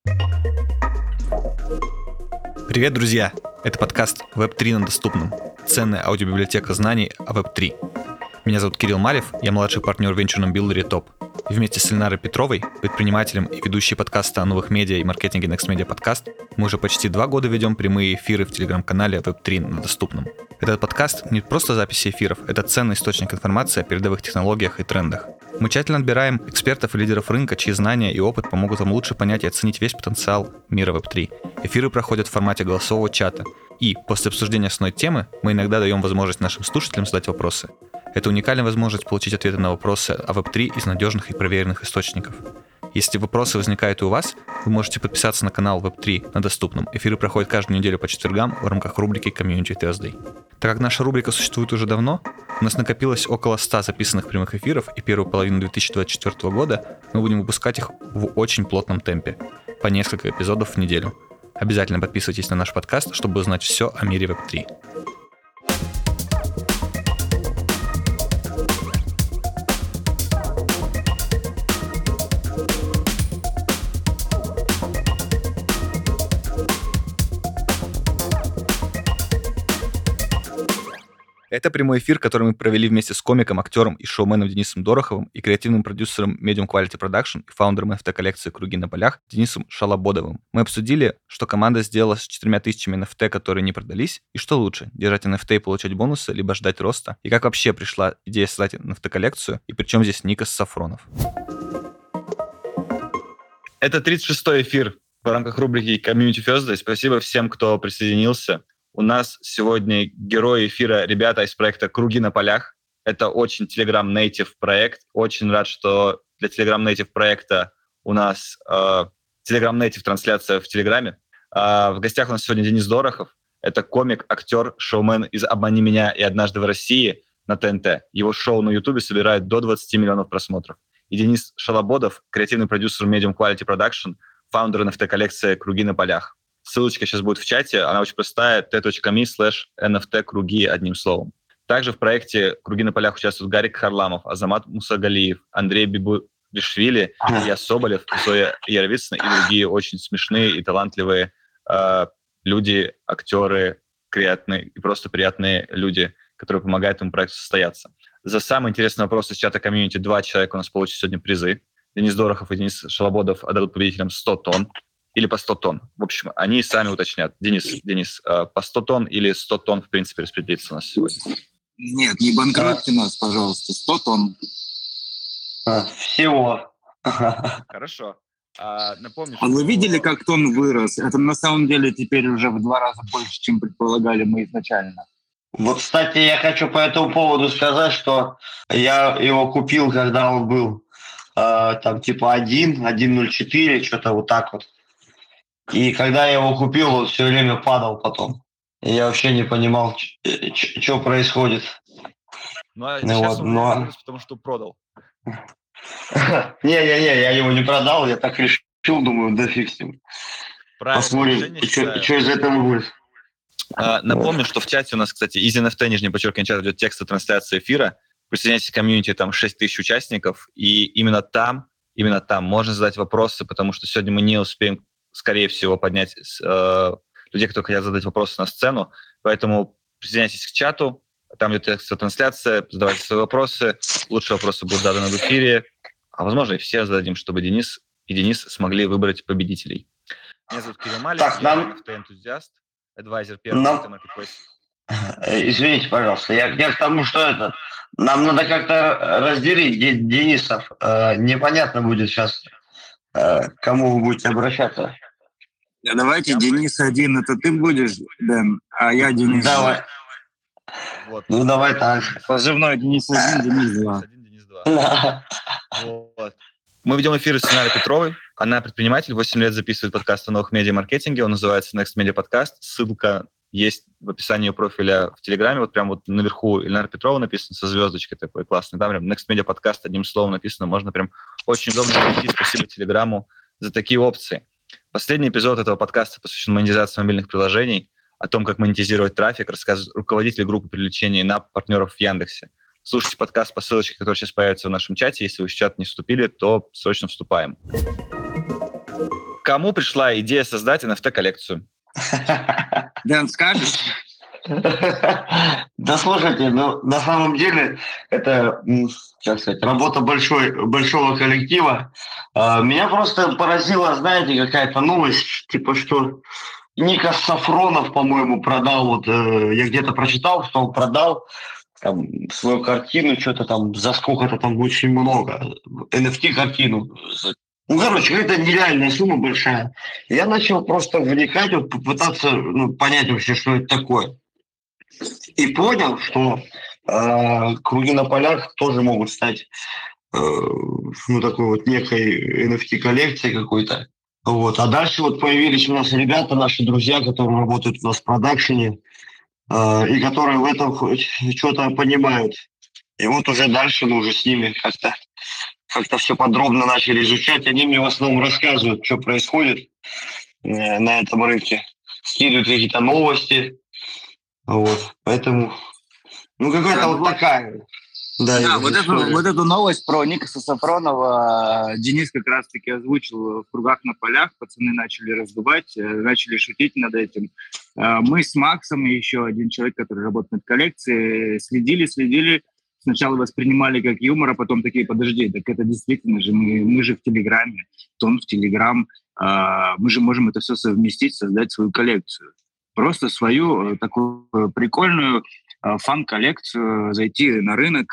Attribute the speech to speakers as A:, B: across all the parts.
A: Привет, друзья! Это подкаст Web3 на доступном. Ценная аудиобиблиотека знаний о Web3. Меня зовут Кирилл Малев, я младший партнер в венчурном билдере ТОП. И вместе с Ильнарой Петровой, предпринимателем и ведущей подкаста о новых медиа и маркетинге Next Media Podcast, мы уже почти 2 года ведем прямые эфиры в телеграм-канале Web3 на доступном. Этот подкаст не просто записи эфиров, это ценный источник информации о передовых технологиях и трендах. Мы тщательно отбираем экспертов и лидеров рынка, чьи знания и опыт помогут вам лучше понять и оценить весь потенциал мира Web3. Эфиры проходят в формате голосового чата. И после обсуждения основной темы мы иногда даем возможность нашим слушателям задать вопросы. Это уникальная возможность получить ответы на вопросы о Web3 из надежных и проверенных источников. Если вопросы возникают и у вас, вы можете подписаться на канал Web3 на доступном. Эфиры проходят каждую неделю по четвергам в рамках рубрики Community Thursday. Так как наша рубрика существует уже давно, у нас накопилось около 100 записанных прямых эфиров, и первую половину 2024 года мы будем выпускать их в очень плотном темпе, по несколько эпизодов в неделю. Обязательно подписывайтесь на наш подкаст, чтобы узнать все о мире Web3. Это прямой эфир, который мы провели вместе с комиком, актером и шоуменом Денисом Дороховым и креативным продюсером Medium Quality Production и фаундером NFT-коллекции «Круги на полях» Денисом Шалободовым. Мы обсудили, что команда сделала с 4000 NFT, которые не продались, и что лучше, держать NFT и получать бонусы, либо ждать роста, и как вообще пришла идея создать NFT-коллекцию, и причем здесь Никос Сафронов. Это 36-й эфир в рамках рубрики Community Thursday. Спасибо всем, кто присоединился. У нас сегодня герои эфира ребята из проекта «Круги на полях». Это очень Telegram Native проект. Очень рад, что для Telegram Native проекта у нас Telegram Native трансляция в Телеграме. В гостях у нас сегодня Денис Дорохов. Это комик, актер, шоумен из «Обмани меня» и «Однажды в России» на ТНТ. Его шоу на Ютубе собирает до 20 миллионов просмотров. И Денис Шалободов, креативный продюсер Medium Quality Production, фаундер NFT-коллекции «Круги на полях». Ссылочка сейчас будет в чате, она очень простая, t.me/NFT-круги одним словом. Также в проекте «Круги на полях» участвуют Гарик Харламов, Азамат Мусагалиев, Андрей Бибулишвили, Илья Соболев, Зоя Яровицына и другие очень смешные и талантливые люди, актеры, приятные и просто приятные люди, которые помогают этому проекту состояться. За самый интересный вопрос из чата комьюнити 2 человека у нас получат сегодня призы. Денис Дорохов и Денис Шалободов отдадут победителям 100 тонн. Или по 100 тонн. В общем, они сами уточнят. Денис, по 100 тонн или 100 тонн, в принципе, распределится у нас сегодня?
B: Нет, не банкротьте нас, пожалуйста. 100 тонн.
C: Всего.
A: Хорошо. Напомню,
B: А вы видели, как тонн вырос? Это на самом деле теперь уже в 2 раза больше, чем предполагали мы изначально.
C: Вот, кстати, я хочу по этому поводу сказать, что я его купил, когда он был там типа 1.04, что-то вот так вот. И когда я его купил, он все время падал потом. И я вообще не понимал, что происходит.
A: Ну, а сейчас он вырос, потому что продал.
C: Не, я его не продал, я так решил, думаю, да фиг с ним. Посмотрим, что из этого будет.
A: Напомню, что в чате у нас, кстати, EasyNFT, _ чат, идет текст трансляции эфира. Присоединяйтесь к комьюнити, там 6000 участников, и именно там можно задать вопросы, потому что сегодня мы не успеем, скорее всего, поднять людей, кто хотят задать вопросы на сцену. Поэтому присоединяйтесь к чату, там идет трансляция, задавайте свои вопросы. Лучшие вопросы будут заданы в эфире. А возможно, и все зададим, чтобы Денис и Денис смогли выбрать победителей. Меня зовут Кирилл Малев, я NFT-энтузиаст, адвайзер первого NFT-маркетплейса.
C: Извините, пожалуйста, я к тому, что нам надо как-то разделить Денисов. Непонятно будет сейчас, кому вы будете обращаться.
B: Давайте Денис один, это ты будешь, Дэн, а я Денис.
C: Давай.
A: Вот.
C: Ну, давай так.
B: Позывной Денис 1, Денис 2.
A: Денис 2. Вот. Мы ведем эфиры с Ильнарой Петровой. Она предприниматель, 8 лет записывает подкаст о новых медиа-маркетинге. Он называется Next Media Podcast. Ссылка есть в описании ее профиля в Телеграме. Вот прям вот наверху Ильнара Петрова написано со звездочкой такой классный. Там прям Next Media Podcast одним словом написано. Можно прям очень удобно найти. Спасибо Телеграму за такие опции. Последний эпизод этого подкаста посвящен монетизации мобильных приложений. О том, как монетизировать трафик, рассказывает руководитель группы привлечения партнеров в Яндексе. Слушайте подкаст по ссылочке, которая сейчас появится в нашем чате. Если вы в чат не вступили, то срочно вступаем. Кому пришла идея создать NFT-коллекцию?
B: Дэн, скажешь?
C: Да слушайте, ну на самом деле это, как сказать, работа большого коллектива. Меня просто поразила, знаете, какая-то новость, типа что Никас Сафронов, по-моему, продал, вот я где-то прочитал, что он продал там свою картину, что-то там за сколько-то там очень много, NFT-картину. Ну, короче, это нереальная сумма большая. Я начал просто вникать, вот, попытаться понять вообще, что это такое. И понял, что круги на полях тоже могут стать такой вот некой NFT-коллекцией какой-то. Вот. А дальше вот появились у нас ребята, наши друзья, которые работают у нас в продакшене, и которые в этом хоть что-то понимают. И вот уже дальше мы уже с ними как-то все подробно начали изучать. Они мне в основном рассказывают, что происходит на этом рынке. Скидывают какие-то новости. Вот. Поэтому, какая-то вот такая.
B: Да, вот эту новость про Никаса Сафронова Денис как раз-таки озвучил в кругах на полях. Пацаны начали раздувать, начали шутить над этим. Мы с Максом и еще один человек, который работает над коллекцией, следили. Сначала воспринимали как юмор, а потом такие, подожди, так это действительно же, мы же в Телеграме, Тон в Телеграм, мы же можем это все совместить, создать свою коллекцию. Просто свою такую прикольную фан-коллекцию, зайти на рынок,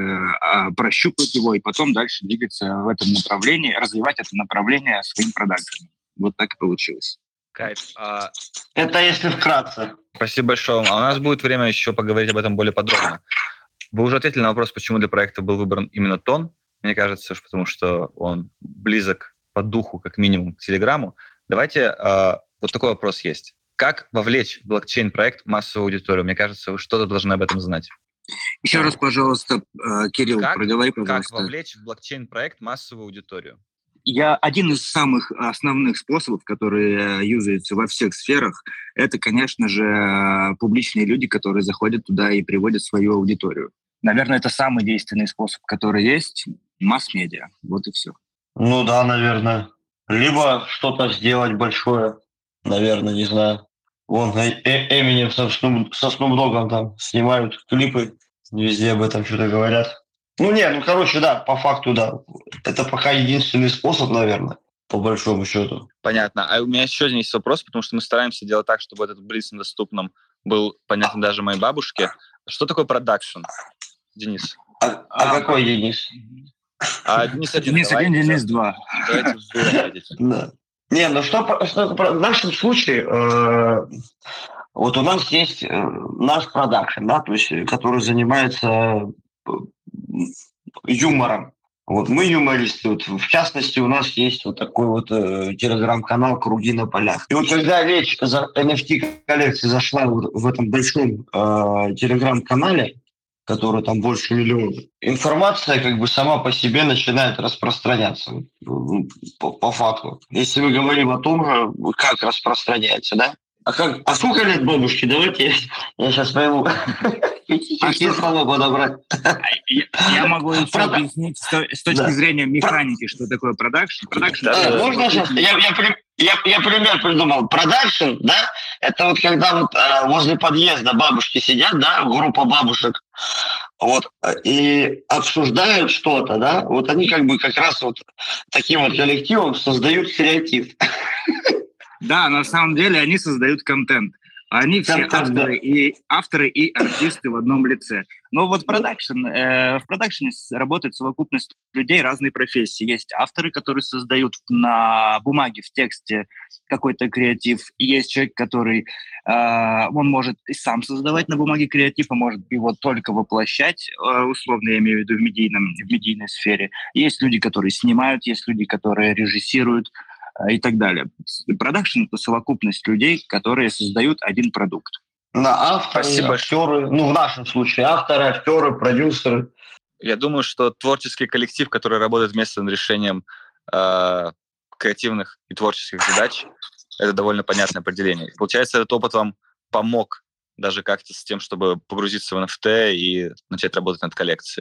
B: прощупать его и потом дальше двигаться в этом направлении, развивать это направление своим продажам. Вот так и получилось.
A: Кайф.
C: Это если вкратце.
A: Спасибо большое. А у нас будет время еще поговорить об этом более подробно. Вы уже ответили на вопрос, почему для проекта был выбран именно Тон. Мне кажется, потому что он близок по духу, как минимум, к Телеграму. Давайте, вот такой вопрос есть. Как вовлечь в блокчейн-проект массовую аудиторию? Мне кажется, вы что-то должны об этом знать.
B: Еще раз, пожалуйста, Кирилл, проговори, пожалуйста.
A: Как вовлечь в блокчейн-проект массовую аудиторию?
B: Один из самых основных способов, которые юзаются во всех сферах, это, конечно же, публичные люди, которые заходят туда и приводят свою аудиторию. Наверное, это самый действенный способ, который есть. Масс-медиа. Вот и все.
C: Ну да, наверное. Либо что-то сделать большое. Наверное, не знаю. Вон Эминем со Snoop Dogg'ом там снимают клипы. Везде об этом что-то говорят. Короче, да, по факту, да. Это пока единственный способ, наверное, по большому счету.
A: Понятно. А у меня еще один есть вопрос, потому что мы стараемся делать так, чтобы этот близко доступным был понятен даже моей бабушке. Что такое продакшн, Денис?
C: Какой Денис?
A: Денис один.
B: Денис один, Денис два.
A: Давайте вы ответите.
C: Да. В нашем случае, вот у нас есть наш продакшн, да, то есть, который занимается юмором. Вот мы юмористы. Вот, в частности, у нас есть вот такой вот телеграм-канал «Круги на полях». И вот когда речь за NFT-коллекции зашла в этом большом телеграм-канале, который там больше миллиона, информация как бы сама по себе начинает распространяться по факту. Если мы говорим о том, как распространяется, да? А сколько лет бабушке? Давайте я сейчас пойму. Какие слова подобрать?
B: Я могу еще объяснить с точки зрения механики, что такое продакшн.
C: Можно сейчас? Я пример придумал. Продакшн, да, это вот когда вот возле подъезда бабушки сидят, да, группа бабушек, вот, и обсуждают что-то, да, вот они как бы как раз вот таким вот коллективом создают креатив.
B: Да, на самом деле они создают контент. Они все авторы и артисты в одном лице. Но вот в продакшене работает совокупность людей разной профессии. Есть авторы, которые создают на бумаге, в тексте какой-то креатив. И есть человек, который он может и сам создавать на бумаге креатив, а может его только воплощать, условно я имею в виду в медийной сфере. Есть люди, которые снимают, есть люди, которые режиссируют, и так далее. Продакшн — это совокупность людей, которые создают один продукт.
C: Авторы, актеры, в нашем случае авторы, актеры, продюсеры.
A: Я думаю, что творческий коллектив, который работает вместе над решением креативных и творческих задач, это довольно понятное определение. Получается, этот опыт вам помог даже как-то с тем, чтобы погрузиться в NFT и начать работать над коллекцией.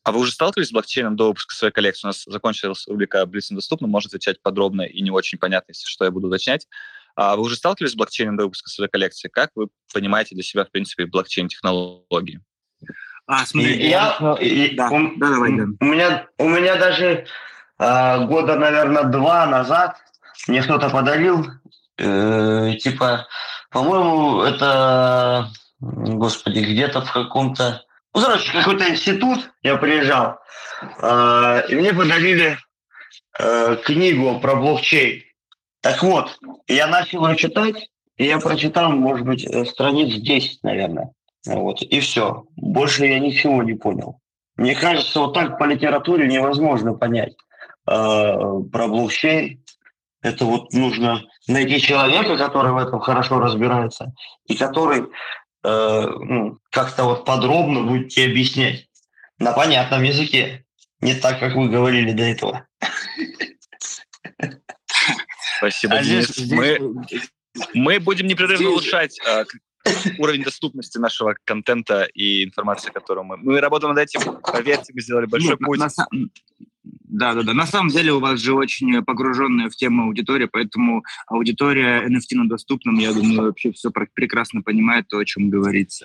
A: А вы уже сталкивались с блокчейном до выпуска своей коллекции? У нас закончилась рубрика «Близко доступно», можно отвечать подробно и не очень понятно, если что я буду уточнять. А вы уже сталкивались с блокчейном до выпуска своей коллекции? Как вы понимаете для себя, в принципе, блокчейн-технологии?
B: Смотри, давай, Дэн.
C: У меня даже года, наверное, 2 назад мне кто-то подарил, типа, по-моему, это, господи, где-то в каком-то, короче, какой-то институт, я приезжал, и мне подарили книгу про блокчейн. Так вот, я начал ее читать, и я прочитал, может быть, страниц 10, наверное. Вот, и все. Больше я ничего не понял. Мне кажется, вот так по литературе невозможно понять про блокчейн. Это вот нужно найти человека, который в этом хорошо разбирается, и который как-то вот подробно будет тебе объяснять на понятном языке. Не так, как вы говорили до этого.
A: Спасибо, Денис. Мы будем непрерывно улучшать уровень доступности нашего контента и информации, которую мы работаем над этим. Поверьте, мы сделали большой путь.
B: Да. На самом деле у вас же очень погруженная в тему аудитория, поэтому аудитория NFT на доступном, я думаю, вообще все прекрасно понимает то, о чем говорится.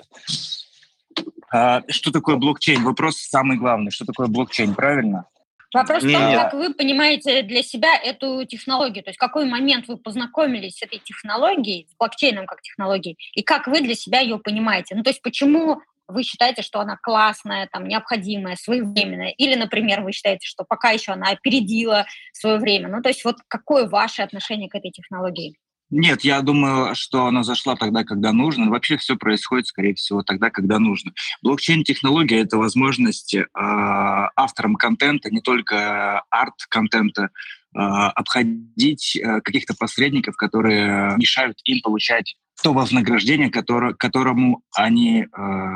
B: Что такое блокчейн? Вопрос самый главный. Что такое блокчейн, правильно?
D: Вопрос в том, как вы понимаете для себя эту технологию, то есть в какой момент вы познакомились с этой технологией, с блокчейном как технологией, и как вы для себя ее понимаете. Ну, то есть почему вы считаете, что она классная, там, необходимая, своевременная, или, например, вы считаете, что пока еще она опередила свое время. Ну, то есть вот какое ваше отношение к этой технологии?
B: Нет, я думаю, что она зашла тогда, когда нужно. Вообще все происходит, скорее всего, тогда, когда нужно. Блокчейн-технология — это возможность авторам контента, не только арт-контента, обходить каких-то посредников, которые мешают им получать то вознаграждение, которому они...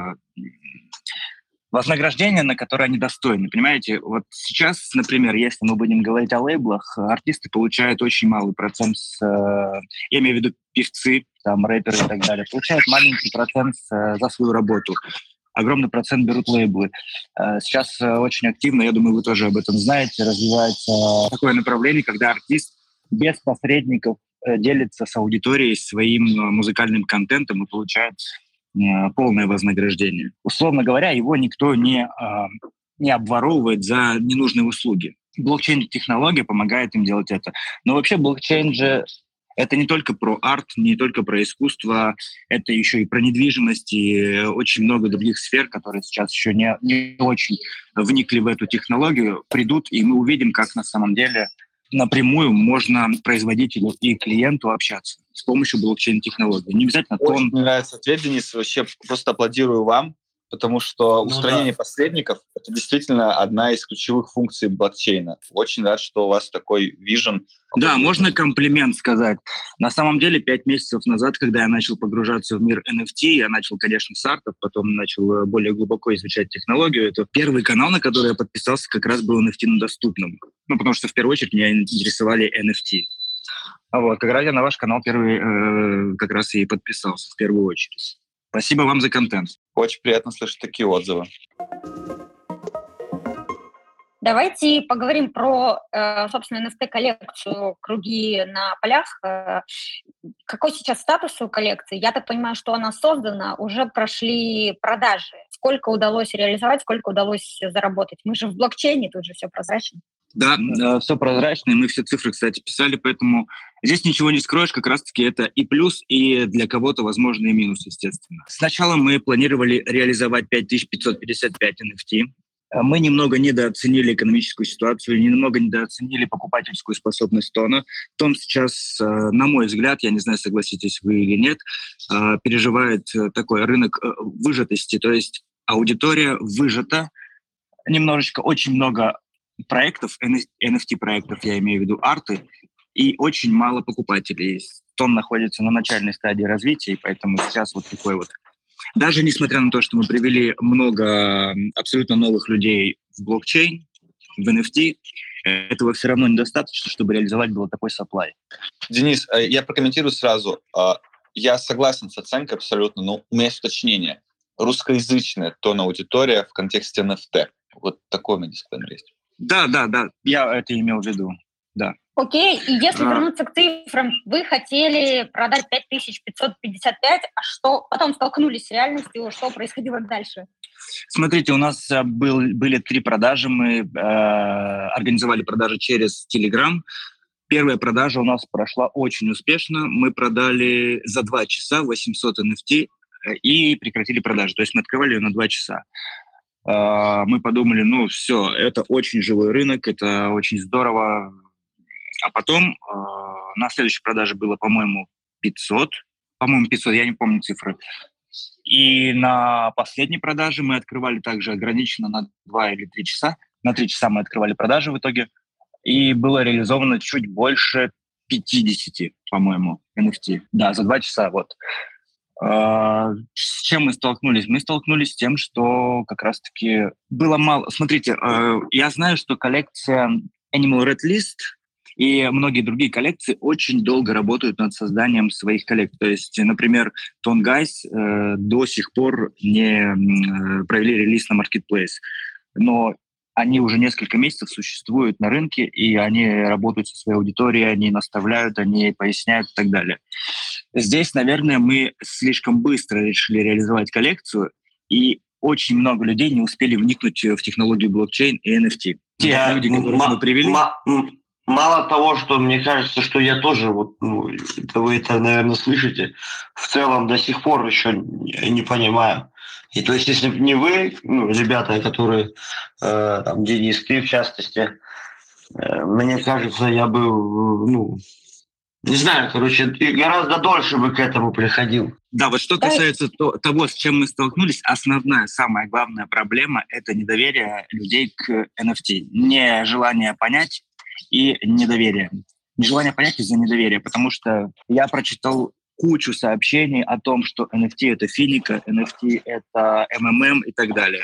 B: вознаграждение, на которое они достойны. Понимаете, вот сейчас, например, если мы будем говорить о лейблах, артисты получают очень малый процент, я имею в виду певцы, там, рэперы и так далее, получают маленький процент за свою работу. Огромный процент берут лейблы. Сейчас очень активно, я думаю, вы тоже об этом знаете, развивается такое направление, когда артист без посредников делится с аудиторией своим музыкальным контентом и получает полное вознаграждение. Условно говоря, его никто не обворовывает за ненужные услуги. Блокчейн-технология помогает им делать это. Но вообще блокчейн же это не только про арт, не только про искусство, это еще и про недвижимость и очень много других сфер, которые сейчас еще не очень вникли в эту технологию, придут, и мы увидим, как на самом деле напрямую можно производителю и клиенту общаться с помощью блокчейн-технологии. Не обязательно
A: Очень мне нравится ответ, Денис. Вообще просто аплодирую вам, потому что устранение посредников — это действительно одна из ключевых функций блокчейна. Очень рад, что у вас такой вижен.
B: Да, можно комплимент сказать. На самом деле, 5 месяцев назад, когда я начал погружаться в мир NFT, я начал, конечно, с артов, потом начал более глубоко изучать технологию. Это первый канал, на который я подписался, как раз был NFT на доступном. Ну, потому что в первую очередь меня интересовали NFT. Вот, как раз я на ваш канал первый как раз и подписался в первую очередь. Спасибо вам за контент.
A: Очень приятно слышать такие отзывы.
D: Давайте поговорим про, собственно, NFT-коллекцию «Круги на полях». Какой сейчас статус у коллекции? Я так понимаю, что она создана, уже прошли продажи. Сколько удалось реализовать, сколько удалось заработать? Мы же в блокчейне, тут же все прозрачно.
B: Да, все прозрачно, и мы все цифры, кстати, писали, поэтому здесь ничего не скроешь, как раз-таки это и плюс, и для кого-то, возможно, и минус, естественно. Сначала мы планировали реализовать 5555 NFT. Мы немного недооценили экономическую ситуацию, немного недооценили покупательскую способность тона. Тон сейчас, на мой взгляд, я не знаю, согласитесь вы или нет, переживает такой рынок выжатости, то есть аудитория выжата, немножечко, очень много проектов, NFT-проектов, я имею в виду арты, и очень мало покупателей. Тон находится на начальной стадии развития, и поэтому сейчас вот такой вот. Даже несмотря на то, что мы привели много абсолютно новых людей в блокчейн, в NFT, этого все равно недостаточно, чтобы реализовать был такой supply.
A: Денис, я прокомментирую сразу. Я согласен с оценкой абсолютно, но у меня есть уточнение. Русскоязычная тон-аудитория в контексте NFT. Вот такой у меня дисклеймер есть.
B: Да, я это имел в виду, да.
D: Окей, и если вернуться к цифрам, вы хотели продать 5555, а что потом столкнулись с реальностью, что происходило дальше?
B: Смотрите, у нас были 3 продажи, мы организовали продажи через Telegram. Первая продажа у нас прошла очень успешно, мы продали за 2 часа 800 NFT и прекратили продажи, то есть мы открывали ее на 2 часа. Мы подумали, все, это очень живой рынок, это очень здорово. А потом на следующей продаже было, по-моему, 500, я не помню цифры. И на последней продаже мы открывали также ограниченно на 2 или 3 часа. На 3 часа мы открывали продажи в итоге. И было реализовано чуть больше 50, по-моему, NFT. Да, за 2 часа, вот. С чем мы столкнулись? Мы столкнулись с тем, что как раз-таки было мало... Смотрите, я знаю, что коллекция Animal Red List и многие другие коллекции очень долго работают над созданием своих коллекций. То есть, например, Tone Guys до сих пор не провели релиз на Marketplace. Но они уже несколько месяцев существуют на рынке, и они работают со своей аудиторией, они наставляют, они поясняют и так далее. Здесь, наверное, мы слишком быстро решили реализовать коллекцию, и очень много людей не успели вникнуть в технологию блокчейн и NFT. Те люди, которых мы привели...
C: Мало того, что мне кажется, что я тоже, вы это, наверное, слышите, в целом до сих пор еще не понимаю. И то есть, если бы не вы, ребята, которые, там, Денис, ты в частности, мне кажется, я бы, не знаю, гораздо дольше бы к этому приходил.
B: Да, вот что касается того, с чем мы столкнулись, основная, самая главная проблема – это недоверие людей к NFT. Нежелание понять и недоверие. Нежелание понять из-за недоверия, потому что я прочитал кучу сообщений о том, что NFT – это финика, NFT – это МММ и так далее.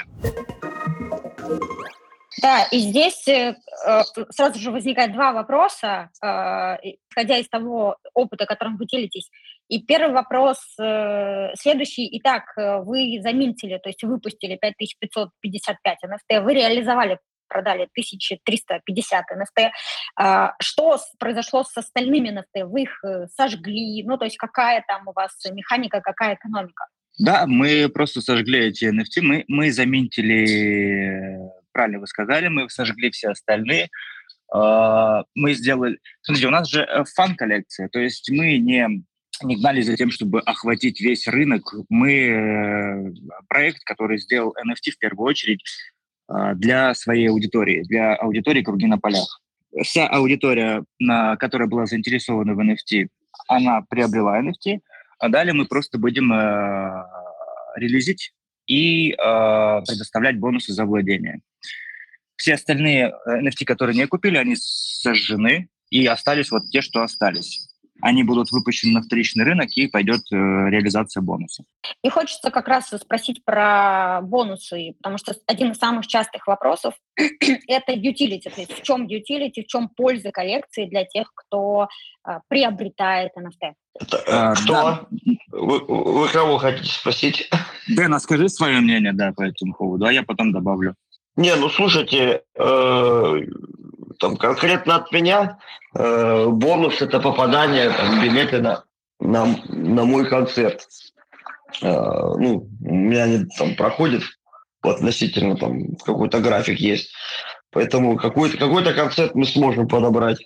D: Да, и здесь сразу же возникает 2 вопроса, исходя из того опыта, которым вы делитесь. И первый вопрос следующий. Итак, вы заминтили, то есть выпустили 5555 NFT, вы реализовали, продали 1350 NFT. Что произошло с остальными NFT? Вы их сожгли? То есть какая там у вас механика, какая экономика?
B: Да, мы просто сожгли эти NFT, мы заминтили, правильно вы сказали, мы сожгли все остальные. Мы сделали... Смотрите, у нас же фан-коллекция, то есть мы не гнались за тем, чтобы охватить весь рынок. Мы проект, который сделал NFT в первую очередь для своей аудитории, для аудитории «Круги на полях». Вся аудитория, которая была заинтересована в NFT, она приобрела NFT, а далее мы просто будем релизить и предоставлять бонусы за владение. Все остальные NFT, которые не купили, они сожжены, и остались вот те, что остались. Они будут выпущены на вторичный рынок, и пойдет реализация бонусов.
D: И хочется как раз спросить про бонусы, потому что один из самых частых вопросов – это utility. То есть в чем utility, в чем польза коллекции для тех, кто приобретает NFT?
C: Кто? Да. Вы кого хотите спросить?
B: Дэн, скажи свое мнение по этому поводу, а я потом добавлю.
C: Слушайте, там конкретно от меня бонус – это попадание, билеты на мой концерт. У меня они там проходят относительно, там какой-то график есть. Поэтому какой-то концерт мы сможем подобрать.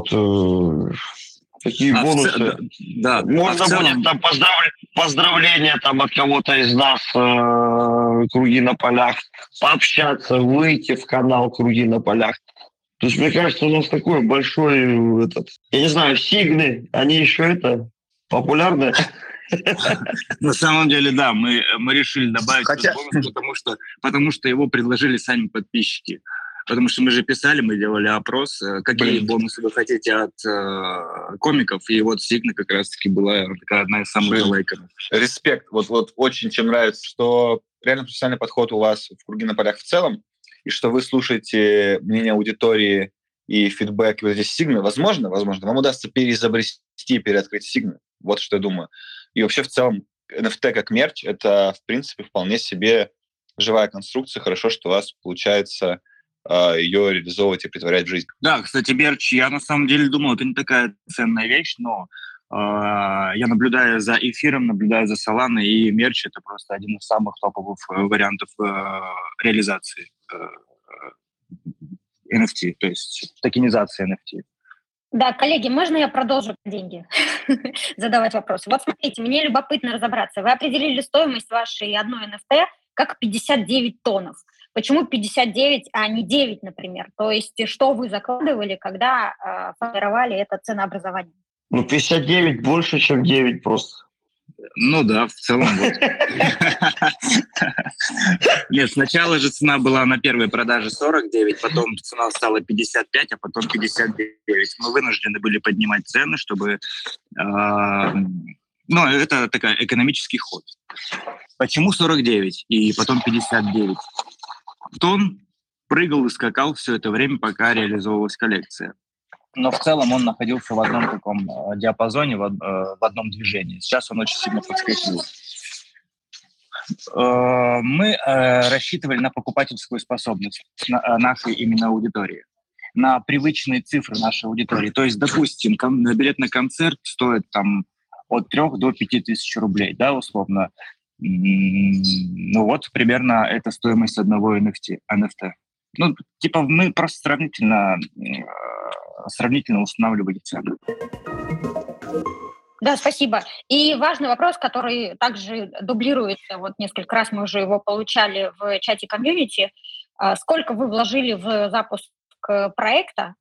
C: Какие бонусы?
B: Да.
C: Можно будет там поздравления там от кого-то из нас, «Круги на полях», пообщаться, выйти в канал «Круги на полях». То есть, мне кажется, у нас такой большой, я не знаю, сигны, они еще популярны.
B: На самом деле, да, мы решили добавить этот бонус, потому что его предложили сами подписчики. Потому что мы же писали, мы делали опрос, какие бонусы вы хотите от комиков, и вот Сигна как раз-таки была такая одна из самых лайков.
A: Респект. Вот очень чем нравится, что реально профессиональный подход у вас в «Круги на полях» в целом, и что вы слушаете мнение аудитории и фидбэк вот здесь Сигны. Возможно, вам удастся переизобрести, переоткрыть Сигны. Вот что я думаю. И вообще в целом NFT как мерч – это, в принципе, вполне себе живая конструкция, хорошо, что у вас получается ее реализовывать и притворять в жизнь.
B: Да, кстати, мерч, я на самом деле думал, это не такая ценная вещь, но я наблюдаю за эфиром, наблюдаю за Solana, и мерч — это просто один из самых топовых вариантов реализации NFT, то есть токенизации NFT.
D: Да, коллеги, можно я продолжу про деньги задавать вопросы? Вот смотрите, мне любопытно разобраться. Вы определили стоимость вашей одной NFT как 59 тоннов. Почему 59, а не 9, например? То есть что вы закладывали, когда формировали это ценообразование?
C: 59 больше, чем 9 просто.
B: Ну да, в целом вот. Нет, сначала же цена была на первой продаже 49, потом цена стала 55, а потом 59. Мы вынуждены были поднимать цены, чтобы... Ну, это такой экономический ход. Почему 49 и потом 59? Тон прыгал и скакал все это время, пока реализовывалась коллекция. Но в целом он находился в одном таком диапазоне, в одном движении. Сейчас он очень сильно подскочил. Мы рассчитывали на покупательскую способность нашей именно аудитории, на привычные цифры нашей аудитории. То есть, допустим, билет на концерт стоит там от 3 до 5 тысяч рублей, да, условно. Ну вот, примерно это стоимость одного NFT. Ну, типа мы просто сравнительно устанавливали цены.
D: Да, спасибо. И важный вопрос, который также дублируется, вот несколько раз мы уже его получали в чате комьюнити. Сколько вы вложили в запуск проекта?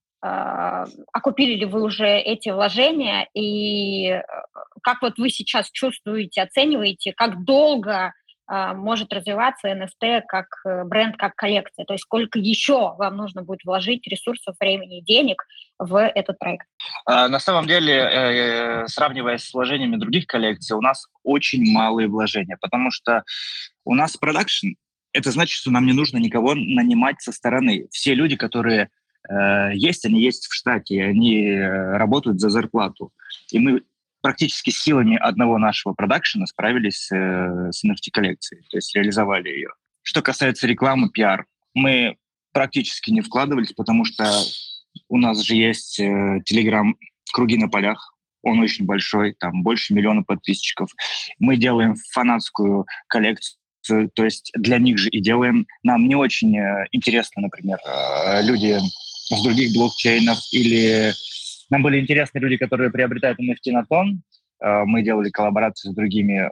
D: Окупили ли вы уже эти вложения? И как вот вы сейчас чувствуете, оцениваете, как долго может развиваться NFT как бренд, как коллекция? То есть сколько еще вам нужно будет вложить ресурсов, времени и денег в этот проект?
B: На самом деле, сравнивая с вложениями других коллекций, у нас очень малые вложения, потому что у нас продакшн. Это значит, что нам не нужно никого нанимать со стороны. Все люди, которые есть, они есть в штате, они работают за зарплату. И мы практически силами одного нашего продакшена справились с NFT-коллекцией, то есть реализовали ее. Что касается рекламы, пиар, мы практически не вкладывались, потому что у нас же есть Telegram «Круги на полях». Он очень большой, там больше 1 миллиона подписчиков. Мы делаем фанатскую коллекцию, то есть для них же и делаем. Нам не очень интересно, например, люди с других блокчейнов, или нам были интересны люди, которые приобретают NFT на тон. Мы делали коллаборации с другими,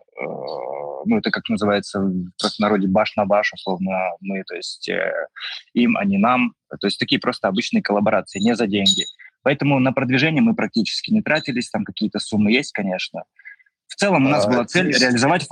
B: ну, это как называется в простонародье баш на баш, условно, мы, то есть им, а не нам. То есть такие просто обычные коллаборации, не за деньги. Поэтому на продвижение мы практически не тратились, там какие-то суммы есть, конечно. В целом у нас была цель реализовать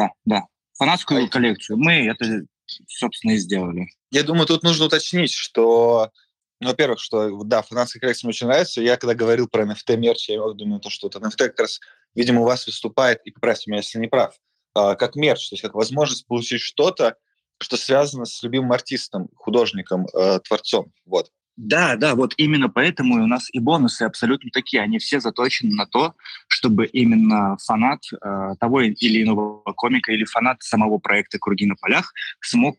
B: фанатскую коллекцию. Мы это, собственно, и сделали.
A: Я думаю, тут нужно уточнить, что, ну, во-первых, что, да, фанатская коллекция мне очень нравится. Я когда говорил про NFT-мерч, я думаю, то, что вот NFT как раз, видимо, у вас выступает, и поправьте меня, если не прав, как мерч, то есть как возможность получить что-то, что связано с любимым артистом, художником, творцом. Вот.
B: Да, вот именно поэтому у нас и бонусы абсолютно такие. Они все заточены на то, чтобы именно фанат того или иного комика или фанат самого проекта «Круги на полях» смог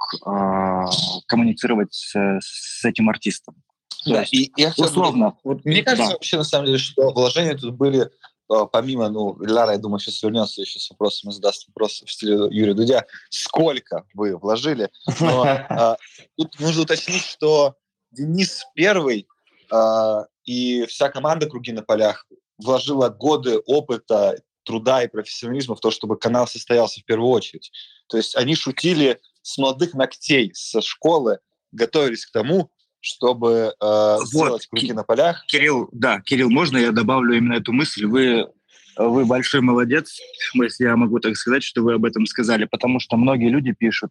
B: коммуницировать с этим артистом.
A: Да, и я
B: условно.
A: Вот мне кажется, вообще, на самом деле, что вложения тут были, помимо, Ляра, я думаю, сейчас вернется еще с вопросом и задаст вопрос в стиле Юрия Дудя, сколько вы вложили. Но тут нужно уточнить, что Денис первый и вся команда «Круги на полях» вложила годы опыта, труда и профессионализма в то, чтобы канал состоялся в первую очередь. То есть они шутили с молодых ногтей, со школы, готовились к тому, чтобы сделать «Круги на полях».
B: Кирилл, можно я добавлю именно эту мысль? Вы большой молодец, если я могу так сказать, что вы об этом сказали, потому что многие люди пишут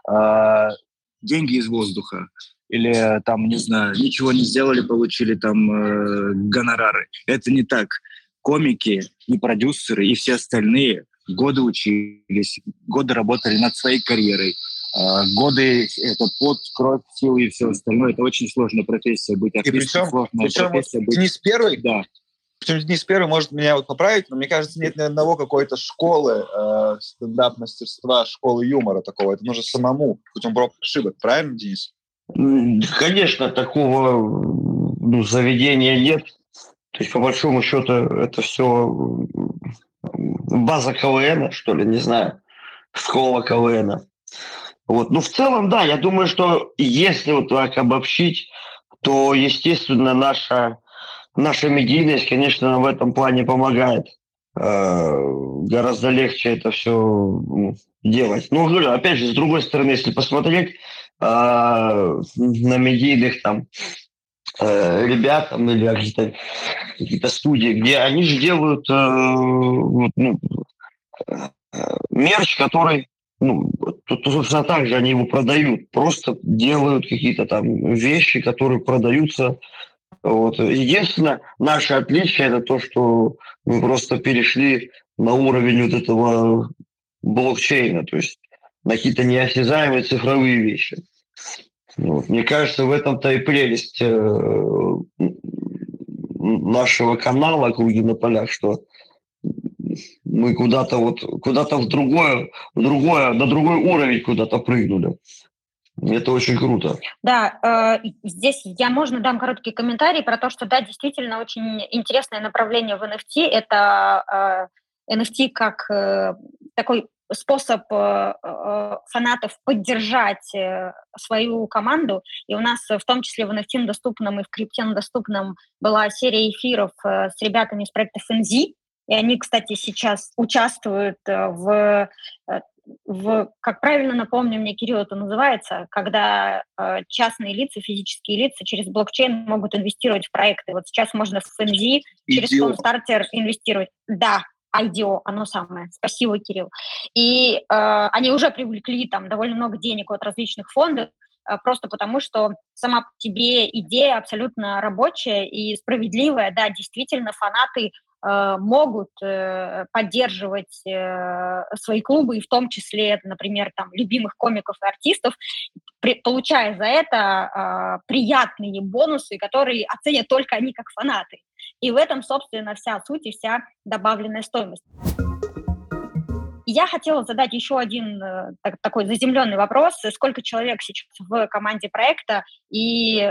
B: деньги из воздуха, или там, не знаю, ничего не сделали, получили там гонорары. Это не так. Комики и продюсеры, и все остальные годы учились, годы работали над своей карьерой, годы это пот, кровь, силы и все остальное. Это очень сложная профессия быть артистом.
A: И причем Денис первый,
B: да.
E: Причем Денис Первый может меня вот поправить, но мне кажется, нет ни одного какой-то школы стендап-мастерства, школы юмора такого. Это нужно самому путем проб и ошибок. Правильно, Денис?
C: Конечно, такого заведения нет. То есть, по большому счету, это все база КВН, что ли, не знаю, школа КВН. Вот. Ну, в целом, да, я думаю, что если вот так обобщить, то, естественно, наша медийность, конечно, нам в этом плане помогает. Гораздо легче это все делать. Ну, говорю, опять же, с другой стороны, если посмотреть на медийных там ребят там, или какие-то студии, где они же делают мерч, который, собственно, так же они его продают. Просто делают какие-то там вещи, которые продаются. Вот. Единственное, наше отличие – это то, что мы просто перешли на уровень вот этого блокчейна, то есть на какие-то неосязаемые цифровые вещи. Вот. Мне кажется, в этом-то и прелесть нашего канала «Круги на полях», что мы куда-то в другой, на другой уровень куда-то прыгнули. Это очень круто.
D: Да, здесь можно дам короткий комментарий про то, что да, действительно очень интересное направление в NFT. Это NFT как такой способ фанатов поддержать свою команду. И у нас в том числе в NFT доступном и в крипте доступном была серия эфиров с ребятами из проекта FNZ. И они, кстати, сейчас участвуют как правильно напомню мне, Кирилл, это называется, когда частные лица, физические лица через блокчейн могут инвестировать в проекты. Вот сейчас можно в FNZ через Starter инвестировать. Да, IDO, оно самое. Спасибо, Кирилл. И они уже привлекли там довольно много денег от различных фондов, просто потому что сама по себе идея абсолютно рабочая и справедливая. Да, действительно, фанаты могут поддерживать свои клубы, и в том числе, например, там, любимых комиков и артистов, получая за это приятные бонусы, которые оценят только они как фанаты. И в этом, собственно, вся суть и вся добавленная стоимость. Я хотела задать еще один такой заземленный вопрос. Сколько человек сейчас в команде проекта и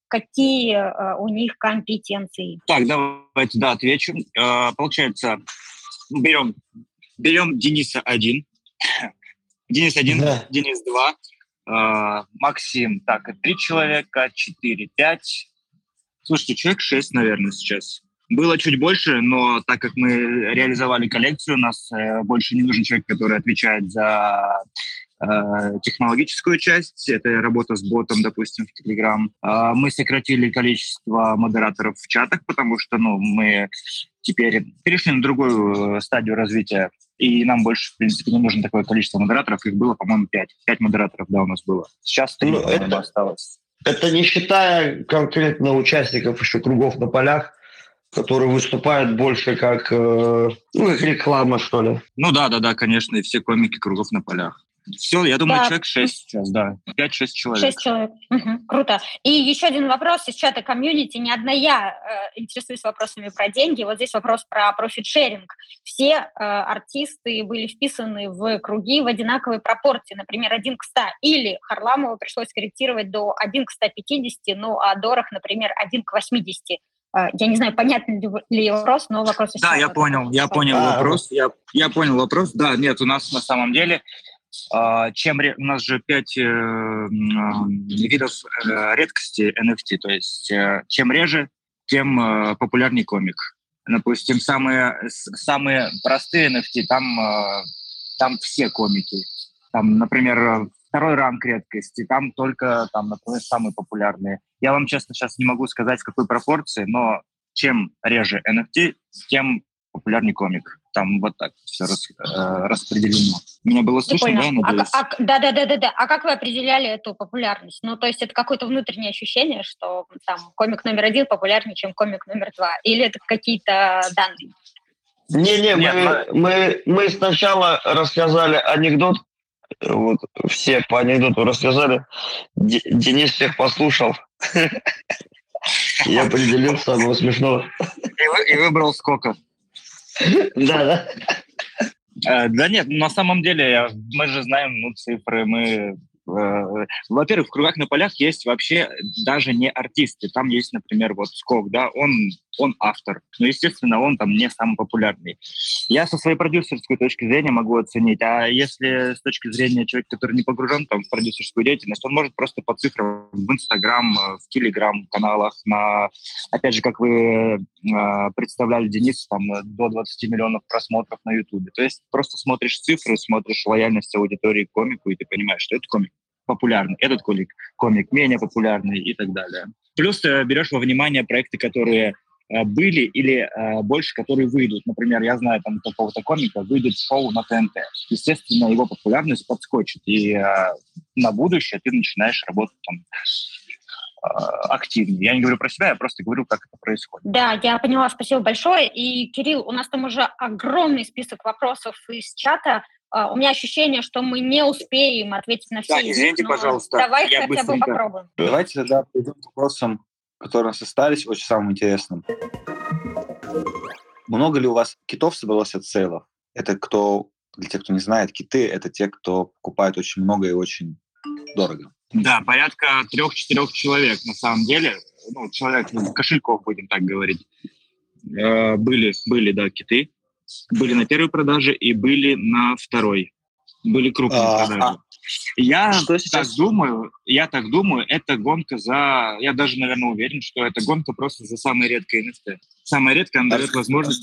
D: какие у них компетенции?
B: Так, давайте, отвечу. Получается, берем Дениса 1, Денис 1, да. Денис 2, Максим, 3 человека, 4, 5. Слушайте, человек 6, наверное, сейчас. Было чуть больше, но так как мы реализовали коллекцию, у нас больше не нужен человек, который отвечает за технологическую часть. Это работа с ботом, допустим, в Telegram. Мы сократили количество модераторов в чатах, потому что мы теперь перешли на другую стадию развития, и нам больше, в принципе, не нужно такое количество модераторов. Их было, по-моему, 5. 5 модераторов, у нас было. Сейчас 3, осталось.
C: Это не считая конкретно участников еще кругов на полях, которые выступают больше как реклама, что ли.
B: Да, конечно, и все комики кругов на полях. Все, я думаю, человек 6 сейчас, да. 5-6 человек.
D: 6 человек. Угу, круто. И еще один вопрос из чата комьюнити. Не одна я интересуюсь вопросами про деньги. Вот здесь вопрос про профит-шеринг. Все артисты были вписаны в круги в одинаковой пропорции. Например, 1 к 100. Или Харламову пришлось корректировать до 1 к 150, а Дорох, например, 1 к 80. Я не знаю, понятен ли вопрос, но вопрос...
B: Да, я понял вопрос. Я понял вопрос. Да, нет, у нас на самом деле... у нас же 5 видов редкости NFT, то есть чем реже, тем популярнее комик. Допустим, самые простые NFT, там все комики. Там, например, 2-й ранг редкости, там только, например, самые популярные. Я вам, честно, сейчас не могу сказать, в какой пропорции, но чем реже NFT, тем популярнее комик. Там вот так все распределено. Меня было слышно, да? Надеюсь?
D: Да. А как вы определяли эту популярность? То есть это какое-то внутреннее ощущение, что там комик номер 1 популярнее, чем комик номер 2? Или это какие-то данные?
C: Мы сначала рассказали анекдот. Вот все по анекдоту рассказали. Денис всех послушал. Я определил самого смешного.
B: И выбрал сколько.
C: Да.
B: Да нет, на самом деле, мы же знаем цифры, во-первых, в «Кругах на полях» есть вообще даже не артисты. Там есть, например, вот Скок, да, он автор, но, естественно, он там не самый популярный. Я со своей продюсерской точки зрения могу оценить, а если с точки зрения человека, который не погружен там в продюсерскую деятельность, он может просто по цифрам в Инстаграм, в Телеграм-каналах, опять же, как вы представляли, Денис, там до 20 миллионов просмотров на Ютубе. То есть просто смотришь цифры, смотришь лояльность аудитории к комику, и ты понимаешь, что этот комик популярный, этот комик менее популярный и так далее. Плюс ты берешь во внимание проекты, которые были или больше, которые выйдут. Например, я знаю, там какого-то комика выйдет шоу на ТНТ. Естественно, его популярность подскочит, и на будущее ты начинаешь работать там активнее. Я не говорю про себя, я просто говорю, как это происходит.
D: Да, я поняла, спасибо большое. И, Кирилл, у нас там уже огромный список вопросов из чата. У меня ощущение, что мы не успеем ответить на все.
B: Да, извините, пожалуйста.
D: Давай хотя бы попробуем.
E: Давайте тогда перейдем к вопросам, которые у нас остались, очень самым интересным. Много ли у вас китов собралось от сейлов? Это для тех, кто не знает, киты — это те, кто покупает очень много и очень дорого.
B: Да, порядка 3-4 человек на самом деле. Кошельков, будем так говорить. Были, да, киты. Были на первой продаже и были на второй. Были крупные продажи. Я так думаю, это гонка за... Я даже, наверное, уверен, что это гонка просто за самой редкой NFT. Самая редкая, она дает возможность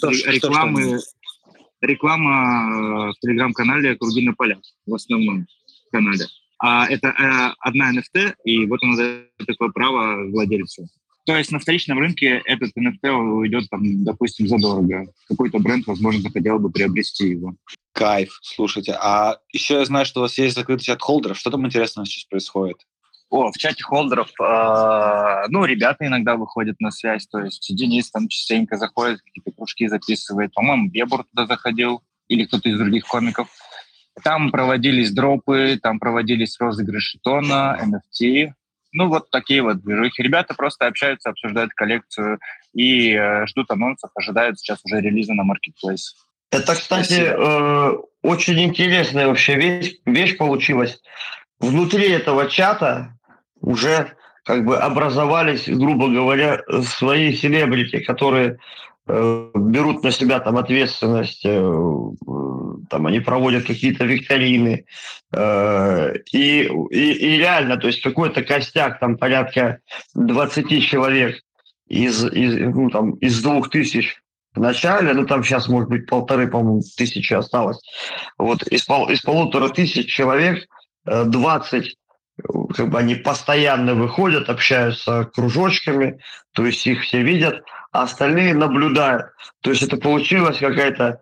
B: реклама в телеграм-канале «Круги на полях», в основном канале. А это одна NFT, и вот она дает такое право владельцу. То есть на вторичном рынке этот NFT уйдет, там, допустим, задорого. Какой-то бренд, возможно, захотел бы приобрести его.
E: Кайф, слушайте. А еще я знаю, что у вас есть закрытый чат холдеров. Что там интересного сейчас происходит?
B: В чате холдеров, ребята иногда выходят на связь. То есть Денис там частенько заходит, какие-то кружки записывает. По-моему, Бебур туда заходил, или кто-то из других комиков. Там проводились дропы, там проводились розыгрыши тона, NFT. Вот такие вот движухи. Ребята просто общаются, обсуждают коллекцию и ждут анонсов, ожидают сейчас уже релиза на Marketplace.
C: Это, кстати, очень интересная вообще вещь получилась. Внутри этого чата уже как бы образовались, грубо говоря, свои селебрити, которые берут на себя там ответственность, там они проводят какие-то викторины, и реально, то есть какой-то костяк, там порядка 20 человек из 2000 в начале, там сейчас, может быть, 1500 осталось. Вот из 1500 человек 20 как бы они постоянно выходят, общаются кружочками, то есть их все видят, а остальные наблюдают. То есть это получилась какая-то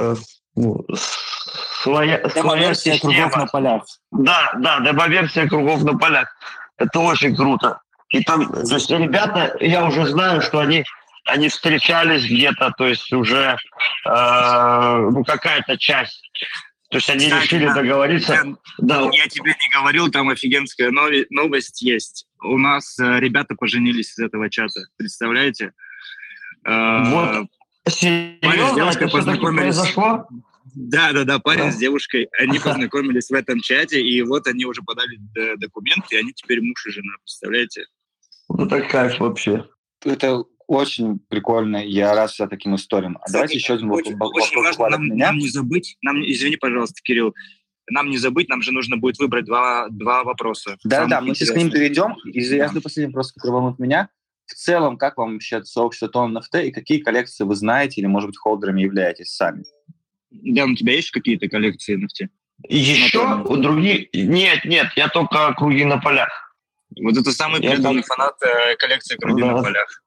C: своя
B: демоверсия кругов на полях.
C: Да, демоверсия кругов на полях. Это очень круто. И там, то есть ребята, я уже знаю, что они встречались где-то, то есть уже какая-то часть. То есть они решили договориться.
B: Я тебе не говорил, там офигенская новость есть. У нас ребята поженились из этого чата. Представляете?
C: Вот. Серьезно?
B: Девушка познакомились.
C: Произошло?
B: Да, парень с девушкой. Они познакомились в этом чате, и вот они уже подали документы, и они теперь муж и жена. Представляете?
C: Это кайф вообще.
E: Это очень прикольно. Я рад за таким историям. А давайте еще один вопрос.
B: Очень важно нам не забыть. Извини, пожалуйста, Кирилл. Нам не забыть, нам же нужно будет выбрать два вопроса.
E: Да, мы сейчас к ним перейдем. И я жду последний вопрос, который волнует меня. В целом, как вам вообще сообщество Тон NFT и какие коллекции вы знаете или, может быть, холдерами являетесь сами?
B: Ян, у тебя есть какие-то коллекции NFT?
C: Еще у других? Нет, я только круги на полях.
B: Вот это самый преданный фанат коллекции круги на полях.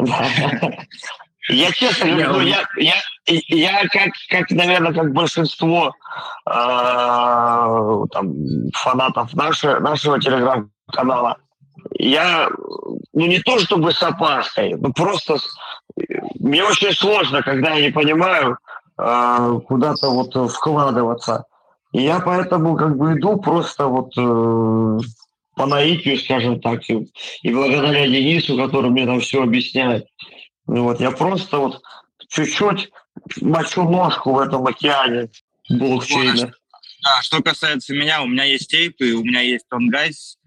C: Я честно говорю, я как, наверное, как большинство фанатов нашего телеграм-канала, я, не то чтобы с опаской, но просто мне очень сложно, когда я не понимаю, куда-то вот вкладываться. И я поэтому как бы иду просто вот по наитию, скажем так, и благодаря Денису, который мне там все объясняет. Ну вот, я просто вот чуть-чуть мочу ножку в этом океане блокчейна.
B: Да, что касается меня, у меня есть тейпы, у меня есть Тонгайс,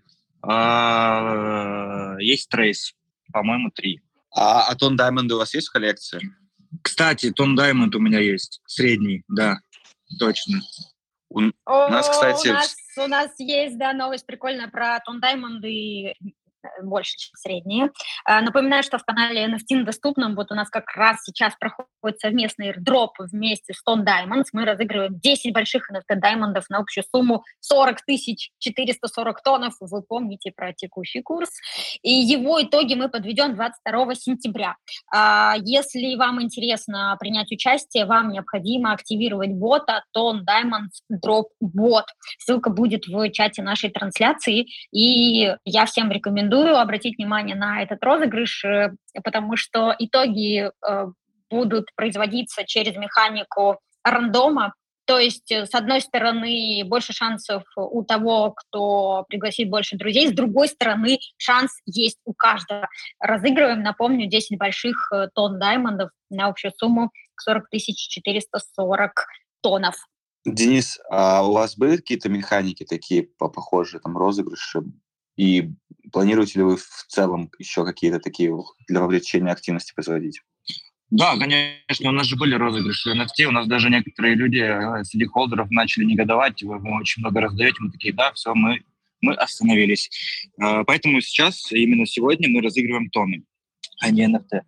B: есть Трейс, по-моему, 3.
E: А Тон Даймонды у вас есть в коллекции?
B: Кстати, Тон Даймонд у меня есть, средний, да, точно.
E: У нас, кстати...
D: У нас есть, да, новость прикольная про Тон Даймонды, больше, чем средние. Напоминаю, что в канале NFT доступном вот у нас как раз сейчас проходит совместный airdrop вместе с Tone Diamonds. Мы разыгрываем 10 больших NFT Diamondов на общую сумму 40 440 тоннов. Вы помните про текущий курс. И его итоги мы подведем 22 сентября. Если вам интересно принять участие, вам необходимо активировать бота Tone Diamonds Drop Bot. Ссылка будет в чате нашей трансляции. И я всем рекомендую обратить внимание на этот розыгрыш, потому что итоги будут производиться через механику рандома. То есть, с одной стороны, больше шансов у того, кто пригласит больше друзей, с другой стороны, шанс есть у каждого. Разыгрываем, напомню, 10 больших тонн даймондов на общую сумму 40 440 тоннов.
E: Денис, а у вас были какие-то механики такие похожие, там, розыгрыши? И планируете ли вы в целом еще какие-то такие для вовлечения активности производить?
B: Да, конечно, у нас же были розыгрыши NFT, у нас даже некоторые люди среди холдеров начали негодовать, вы очень много раздаете, мы такие, да, все, мы остановились. Поэтому сейчас, именно сегодня, мы разыгрываем тонны, а не NFT.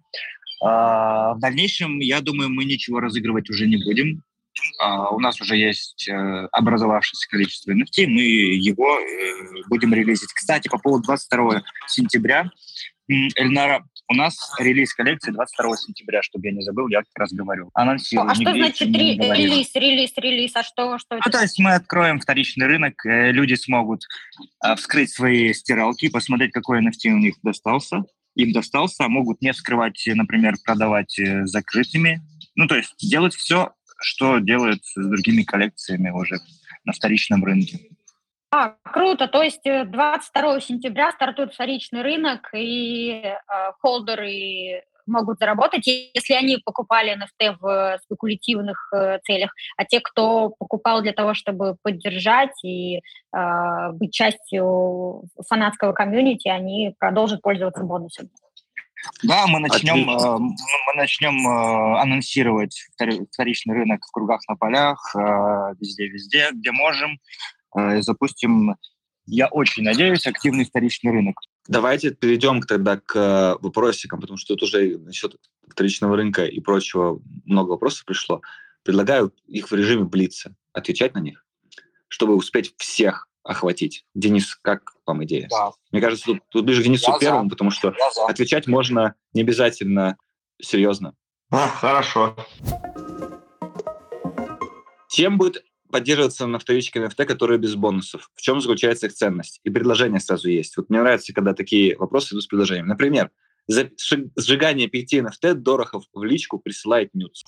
B: В дальнейшем, я думаю, мы ничего разыгрывать уже не будем. У нас уже есть образовавшееся количество NFT, мы его будем релизить. Кстати, по поводу 22 сентября, Эльнара, у нас релиз коллекции 22 сентября, чтобы я не забыл, я как раз говорю. Анонсирую.
D: А что значит релиз? А что это?
B: То есть мы откроем вторичный рынок, люди смогут вскрыть свои стиралки, посмотреть, какой NFT у них им достался, могут не вскрывать, например, продавать закрытыми. Ну, то есть делать все, что делают с другими коллекциями уже на вторичном рынке.
D: Круто. То есть 22 сентября стартует вторичный рынок, и холдеры могут заработать, если они покупали NFT в спекулятивных целях, а те, кто покупал для того, чтобы поддержать и быть частью фанатского комьюнити, они продолжат пользоваться бонусами.
B: Да, мы начнем анонсировать вторичный рынок в кругах на полях, везде, где можем. Запустим, я очень надеюсь, активный вторичный рынок.
E: Давайте перейдем тогда к вопросикам, потому что тут уже насчет вторичного рынка и прочего много вопросов пришло. Предлагаю их в режиме блица, отвечать на них, чтобы успеть всех охватить. Денис, как вам идея?
B: Да.
E: Мне кажется, тут ближе к Денису первому, потому что отвечать можно не обязательно серьезно.
C: Хорошо.
E: Чем будет поддерживаться на вторичке NFT, которые без бонусов? В чем заключается их ценность? И предложение сразу есть. Вот мне нравится, когда такие вопросы идут с предложением. Например, за сжигание 5 NFT Дорохов в личку присылает нюц.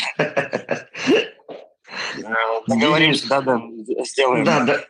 B: Договоримся, да, сделаем.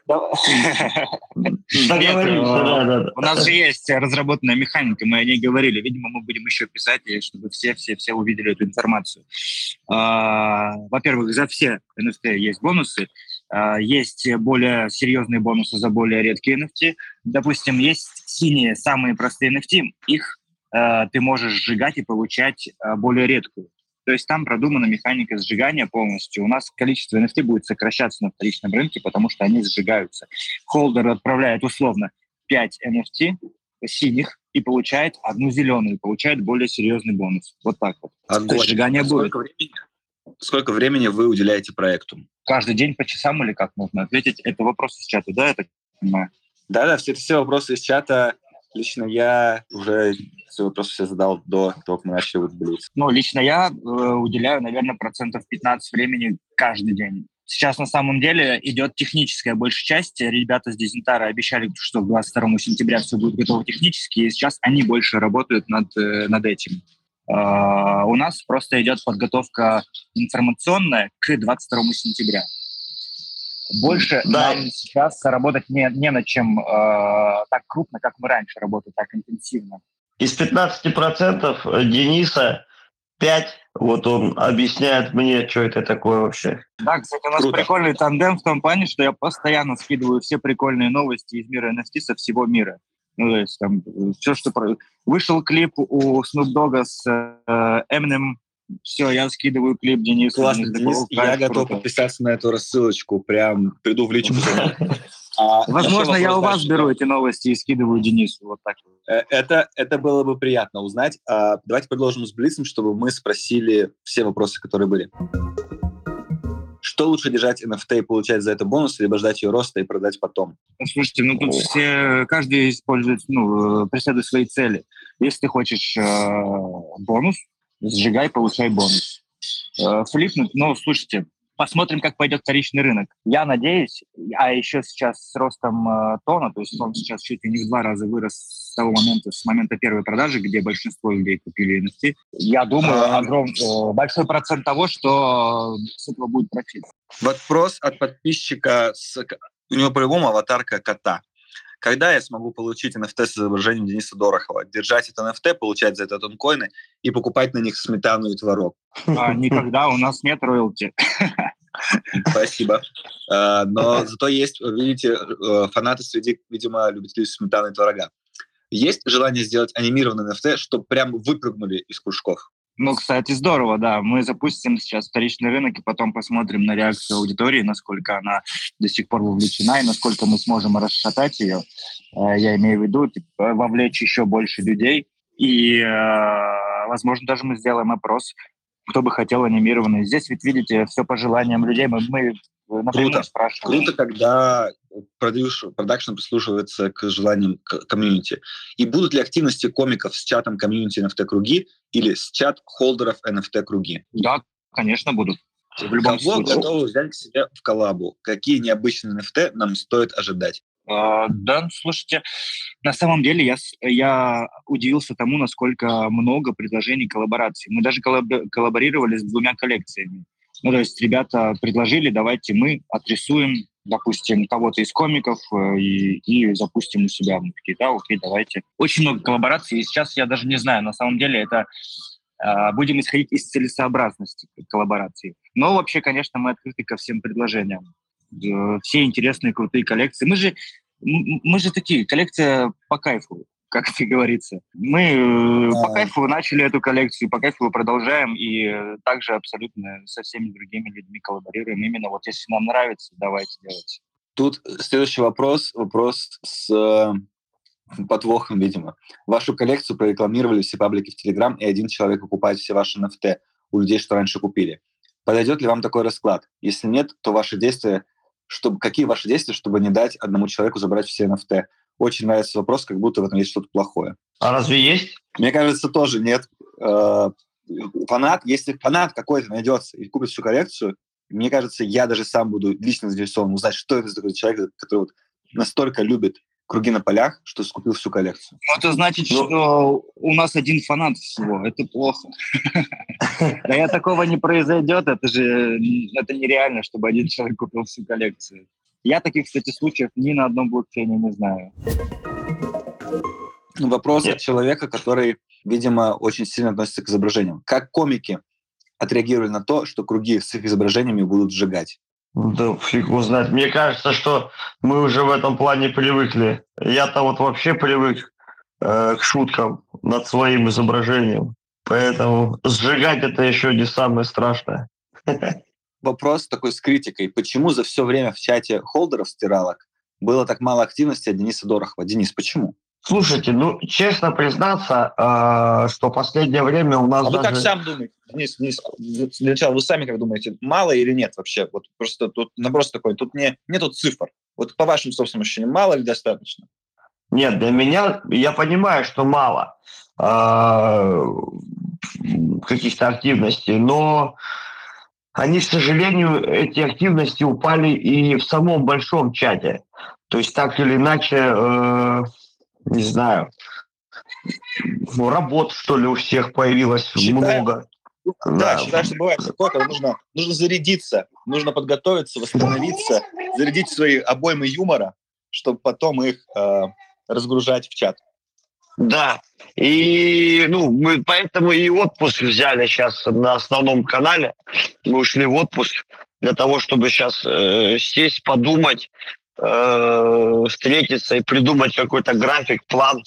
C: Договоримся, да.
B: У нас же есть разработанная механика, мы о ней говорили. Видимо, мы будем еще писать, чтобы все увидели эту информацию. Во-первых, за все NFT есть бонусы. Есть более серьезные бонусы за более редкие NFT. Допустим, есть синие, самые простые NFT. Их ты можешь сжигать и получать более редкую. То есть там продумана механика сжигания полностью. У нас количество NFT будет сокращаться на вторичном рынке, потому что они сжигаются. Холдер отправляет условно 5 NFT синих и получает одну зеленую, получает более серьезный бонус. Вот так вот. То есть сжигание будет.
E: Сколько времени вы уделяете проекту?
B: Каждый день по часам или как можно ответить? Это вопрос из чата, да, я так понимаю?
E: Да, все вопросы из чата. Лично я уже все вопросы все задал до того, как мы начали выделиться.
B: Ну, лично я уделяю, наверное, 15% времени каждый день. Сейчас на самом деле идет техническая большая часть. Ребята с Дезентара обещали, что к 22 сентября все будет готово технически, и сейчас они больше работают над этим. У нас просто идет подготовка информационная к 22 сентября. Больше нам сейчас работать не над чем так крупно, как мы раньше работали, так интенсивно.
C: Из 15% Дениса 5, вот он объясняет мне, что это такое вообще.
B: Да, кстати, у нас прикольный тандем в том плане, что я постоянно скидываю все прикольные новости из мира NFT со всего мира. Ну, то есть там все, что... Вышел клип у Snoop Dogg с Eminem, все, я скидываю клип Денису.
E: Классно, Денис, я готов подписаться на эту рассылочку, прям приду в личку.
B: Возможно, я у вас беру эти новости и скидываю Денису. Вот так.
E: Это было бы приятно узнать. Давайте продолжим с Блицем, чтобы мы спросили все вопросы, которые были. Что лучше держать NFT и получать за это бонус, либо ждать ее роста и продать потом?
B: Слушайте, тут каждый использует, преследует свои цели. Если ты хочешь бонус, сжигай, получай бонус. Флипнуть, слушайте, посмотрим, как пойдет вторичный рынок. Я надеюсь, а еще сейчас с ростом тона, то есть он сейчас чуть ли не в 2 раза вырос с момента первой продажи, где большинство людей купили NFT. Я думаю, большой процент того, что с этого будет профит.
E: Вопрос от подписчика, у него по-любому аватарка кота. Когда я смогу получить NFT с изображением Дениса Дорохова? Держать это NFT, получать за это тонкоины и покупать на них сметану и творог?
B: Никогда, у нас нет роялти.
E: Спасибо. Но зато есть, видите, фанаты среди, видимо, любителей сметаны и творога. Есть желание сделать анимированный NFT, чтобы прям выпрыгнули из кружков?
B: Кстати, здорово, да. Мы запустим сейчас вторичный рынок и потом посмотрим на реакцию аудитории, насколько она до сих пор вовлечена и насколько мы сможем расшатать ее. Я имею в виду, вовлечь еще больше людей. И, возможно, даже мы сделаем опрос, кто бы хотел анимированный. Здесь ведь, видите, все по желаниям людей. Мы напрямую спрашиваем.
E: Круто, когда продакшн прислушивается к желаниям комьюнити. И будут ли активности комиков с чатом комьюнити NFT-круги или с чат-холдеров NFT-круги?
B: Да, конечно, будут. В любом случае.
E: Кого готовы взять к себе в коллабу? Какие необычные NFT нам стоит ожидать?
B: Да, слушайте, на самом деле я удивился тому, насколько много предложений коллабораций. Мы даже коллаборировали с 2 коллекциями. То есть ребята предложили, давайте мы отрисуем, допустим, кого-то из комиков и запустим у себя. Мы такие, да, окей, давайте. Очень много коллабораций, и сейчас я даже не знаю, на самом деле это будем исходить из целесообразности коллаборации. Но вообще, конечно, мы открыты ко всем предложениям. Все интересные, крутые коллекции. Мы же такие, коллекция по кайфу, как это говорится. Мы по кайфу начали эту коллекцию, по кайфу продолжаем, и также абсолютно со всеми другими людьми коллаборируем. Именно вот если нам нравится, давайте делать.
E: Тут следующий вопрос с подвохом, видимо. Вашу коллекцию прорекламировали все паблики в Telegram, и один человек покупает все ваши NFT у людей, что раньше купили. Подойдет ли вам такой расклад? Если нет, то какие ваши действия, чтобы не дать одному человеку забрать все NFT? Очень нравится вопрос, как будто в этом есть что-то плохое.
C: А разве есть?
E: Мне кажется, тоже нет. Если фанат какой-то найдется и купит всю коллекцию, мне кажется, я даже сам буду лично заинтересован узнать, что это за такой человек, который настолько любит круги на полях, что скупил всю коллекцию.
B: Это значит, что у нас один фанат всего. Это плохо. Да такого не произойдет. Это нереально, чтобы один человек купил всю коллекцию. Я таких, кстати, случаев ни на одном блокчейне не знаю.
E: Вопрос от человека, который, видимо, очень сильно относится к изображениям. Как комики отреагировали на то, что круги с их изображениями будут сжигать?
C: Да фиг его знает. Мне кажется, что мы уже в этом плане привыкли. Я-то вообще привык к шуткам над своим изображением. Поэтому сжигать это еще не самое страшное.
E: Вопрос такой с критикой. Почему за все время в чате холдеров стиралок было так мало активности от Дениса Дорохова? Денис, почему?
C: Слушайте, честно признаться, что в последнее время у нас
E: вы как сам думаете? Денис, для начала, вы сами как думаете, мало или нет вообще? Вот просто тут наброс такой, тут нету цифр. Вот по вашим собственным ощущениям, мало или достаточно?
C: Нет, для меня, я понимаю, что мало каких-то активностей, но они, к сожалению, эти активности упали и в самом большом чате. То есть так или иначе, не знаю, работ, что ли, у всех появилось много.
E: Да, считаю, что бывает такое, когда нужно зарядиться, нужно подготовиться, восстановиться, зарядить свои обоймы юмора, чтобы потом их разгружать в чат.
C: Да, и мы поэтому и отпуск взяли сейчас на основном канале. Мы ушли в отпуск для того, чтобы сейчас сесть, подумать, встретиться и придумать какой-то график, план,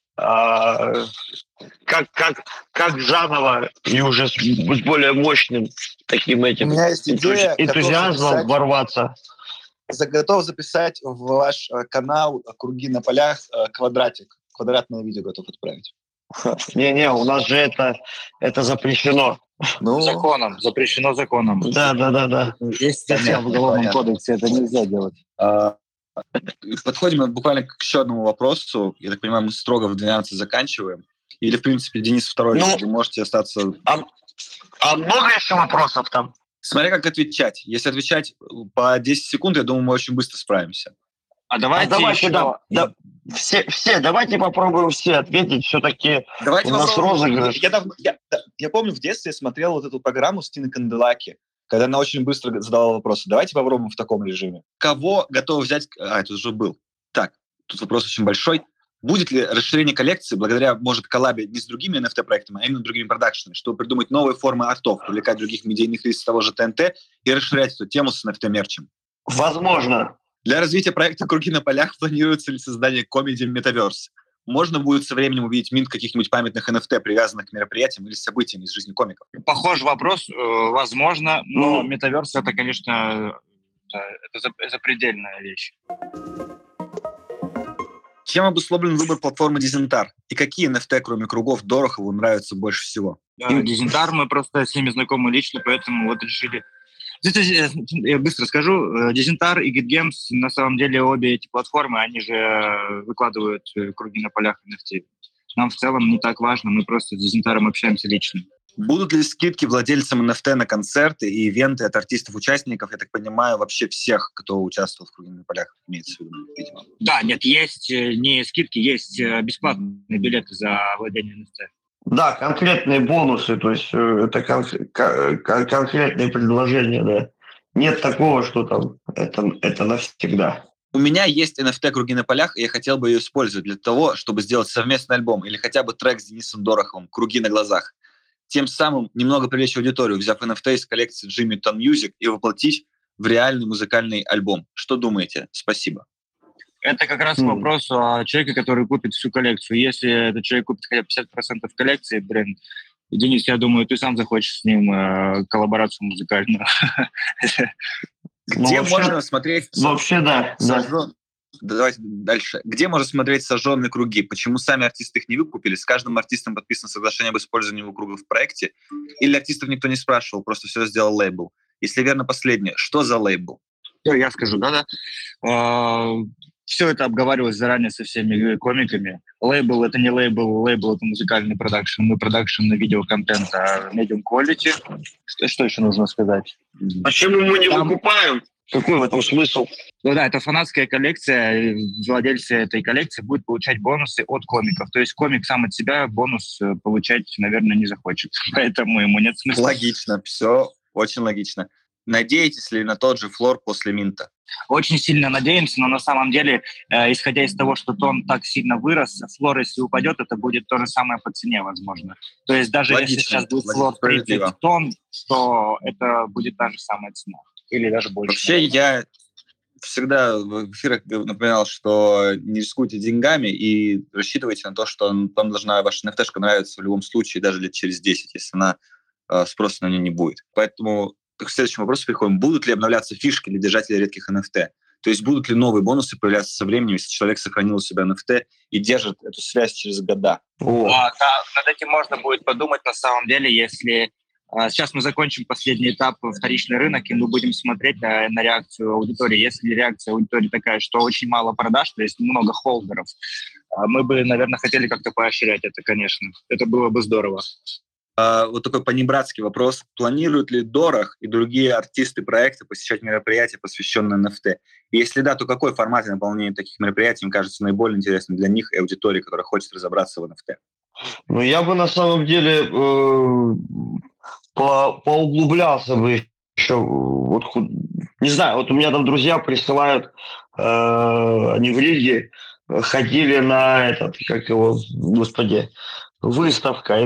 C: как заново и уже с более мощным таким
E: У
C: этим
E: меня есть идея,
C: энтузиазмом ворваться.
E: готов записать в ваш канал «Круги на полях» квадратное видео готов отправить.
C: Не, у нас же это запрещено.
B: Законом, запрещено законом.
C: Да.
B: Есть статья в Уголовном кодексе, это нельзя делать.
E: Подходим буквально к еще одному вопросу. Я так понимаю, мы строго в 12 заканчиваем. Или, в принципе, Денис второй, вы можете остаться...
C: А много еще вопросов там?
E: Смотря как отвечать. Если отвечать по 10 секунд, я думаю, мы очень быстро справимся.
C: Давайте еще... Все, давайте попробуем все ответить. Все-таки у нас розыгрыш.
E: Я помню, в детстве я смотрел вот эту программу Стины Канделаки, когда она очень быстро задавала вопросы. Давайте попробуем в таком режиме. Кого готовы взять... это уже был. Так, тут вопрос очень большой. Будет ли расширение коллекции благодаря, может, коллабе не с другими NFT-проектами, а именно другими продакшенами, чтобы придумать новые формы артов, привлекать других медийных лиц того же ТНТ и расширять эту тему с NFT-мерчем?
C: Возможно.
E: Для развития проекта «Круги на полях» планируется ли создание комедии Metaverse? Можно будет со временем увидеть минт каких-нибудь памятных NFT, привязанных к мероприятиям или событиям из жизни комиков?
B: Похожий вопрос, возможно, но Metaverse это, конечно, это запредельная вещь.
E: Чем обусловлен выбор платформы Дизентар? И какие NFT, кроме кругов, Дорохову нравятся больше всего?
B: Дизентар, мы просто с ними знакомы лично, поэтому вот решили... Я быстро скажу. Дизентар и GitGames, на самом деле, обе эти платформы, они же выкладывают круги на полях NFT. Нам в целом не так важно, мы просто с Дизентаром общаемся лично.
E: Будут ли скидки владельцам NFT на концерты и ивенты от артистов-участников, я так понимаю, вообще всех, кто участвовал в «Круги на полях», имеется в виду, видимо?
B: Да, нет, есть не скидки, есть бесплатные билеты за владение NFT.
C: Да, конкретные бонусы, то есть это конкретные предложения, да. Нет такого, что там это навсегда.
E: У меня есть NFT «Круги на полях», и я хотел бы ее использовать для того, чтобы сделать совместный альбом или хотя бы трек с Денисом Дороховым «Круги на глазах». Тем самым немного привлечь аудиторию, взяв NFT из коллекции Jimmy Ton Music и воплотить в реальный музыкальный альбом. Что думаете? Спасибо.
B: Это как раз вопрос о человеке, который купит всю коллекцию. Если этот человек купит хотя бы 50% коллекции, Денис, я думаю, ты сам захочешь с ним коллаборацию музыкальную.
E: Где можно смотреть...
C: Вообще, да.
E: Давайте дальше. Где можно смотреть сожженные круги? Почему сами артисты их не выкупили? С каждым артистом подписано соглашение об использовании его круга в проекте? Или артистов никто не спрашивал, просто все сделал лейбл? Если верно последнее, что за лейбл?
B: Я скажу, да. Все это обговаривалось заранее со всеми комиками. Лейбл — это не лейбл, лейбл — это музыкальный продакшн. Мы продакшн на видеоконтент, а medium quality. Что еще нужно сказать?
C: Почему мы не выкупаем? Какой в этом смысл?
B: Да, это фанатская коллекция. Владельцы этой коллекции будут получать бонусы от комиков. То есть комик сам от себя бонус получать, наверное, не захочет. Поэтому ему нет смысла.
E: Логично, все очень логично. Надеетесь ли на тот же флор после минта?
B: Очень сильно надеемся, но на самом деле, исходя из того, что тон так сильно вырос, флор, если упадет, это будет то же самое по цене, возможно. То есть даже если сейчас будет флор 30 тонн, то это будет та же самая цена. Или даже больше.
E: Вообще, я всегда в эфирах напоминал, что не рискуйте деньгами и рассчитывайте на то, что вам должна ваша NFT-шка нравиться в любом случае, даже лет через 10, если спроса на нее не будет. Поэтому к следующему вопросу переходим. Будут ли обновляться фишки для держателей редких NFT? То есть будут ли новые бонусы появляться со временем, если человек сохранил у себя NFT и держит эту связь через года?
B: Над этим можно будет подумать на самом деле, если... Сейчас мы закончим последний этап, вторичный рынок, и мы будем смотреть на реакцию аудитории. Если реакция аудитории такая, что очень мало продаж, то есть много холдеров, мы бы, наверное, хотели как-то поощрять это, конечно. Это было бы здорово.
E: Вот такой понебратский вопрос. Планируют ли Дорох и другие артисты проекта посещать мероприятия, посвященные NFT? И если да, то какой формат наполнения таких мероприятий им кажется наиболее интересным для них и аудитории, которая хочет разобраться в NFT?
C: Ну, я бы на самом деле поуглублялся бы еще. Вот, не знаю, вот у меня там друзья присылают, они в Риге ходили на этот, как его, господи, выставка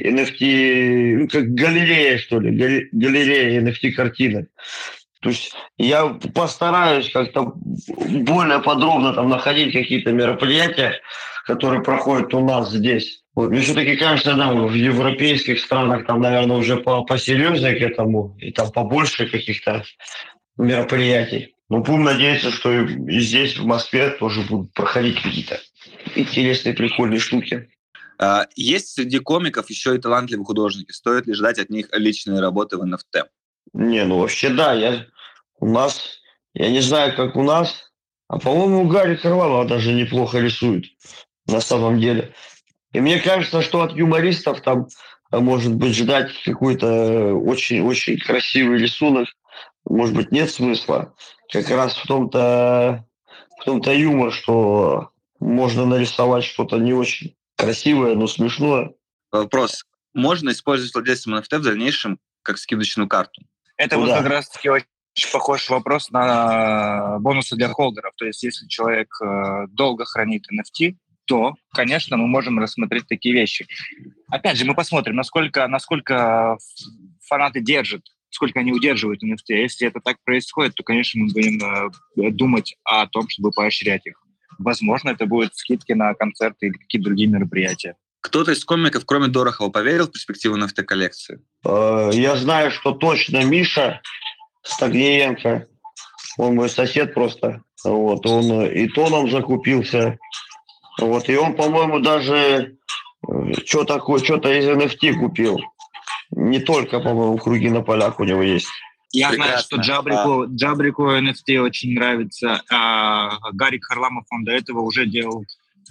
C: NFT, ну, как галерея, что ли, галерея NFT-картинок. То есть я постараюсь как-то более подробно там находить какие-то мероприятия, которые проходят у нас здесь. Вот. Мне все-таки кажется, да, в европейских странах там, наверное, уже посерьезнее к этому, и там побольше каких-то мероприятий. Но будем надеяться, что и здесь, в Москве, тоже будут проходить какие-то интересные, прикольные штуки.
E: Есть среди комиков еще и талантливые художники. Стоит ли ждать от них личные работы в NFT?
C: Не, ну вообще да. У нас, я не знаю, как у нас, а по-моему, Гарри Харламов даже неплохо рисует на самом деле. И мне кажется, что от юмористов там может быть ждать какой-то очень-очень красивый рисунок. Может быть, нет смысла. Как раз в том-то юмор, что можно нарисовать что-то не очень красивое, но смешное.
E: Вопрос. Можно использовать владельцем NFT в дальнейшем как скидочную карту?
B: Это вот как раз-таки очень похож вопрос на бонусы для холдеров. То есть если человек долго хранит NFT, то, конечно, мы можем рассмотреть такие вещи. Опять же, мы посмотрим, насколько фанаты держат, сколько они удерживают NFT. Если это так происходит, то, конечно, мы будем думать о том, чтобы поощрять их. Возможно, это будут скидки на концерты или какие-то другие мероприятия.
E: Кто-то из комиков, кроме Дорохова, поверил в перспективу NFT-коллекции?
C: Я знаю, что точно Миша Стагниенко, он мой сосед просто, вот, он и тоном закупился, вот, и он, по-моему, даже что-то из NFT купил. Не только, по-моему, круги на полях у него есть.
B: Я знаю, что Джабрику NFT очень нравится, а Гарик Харламов, он до этого уже делал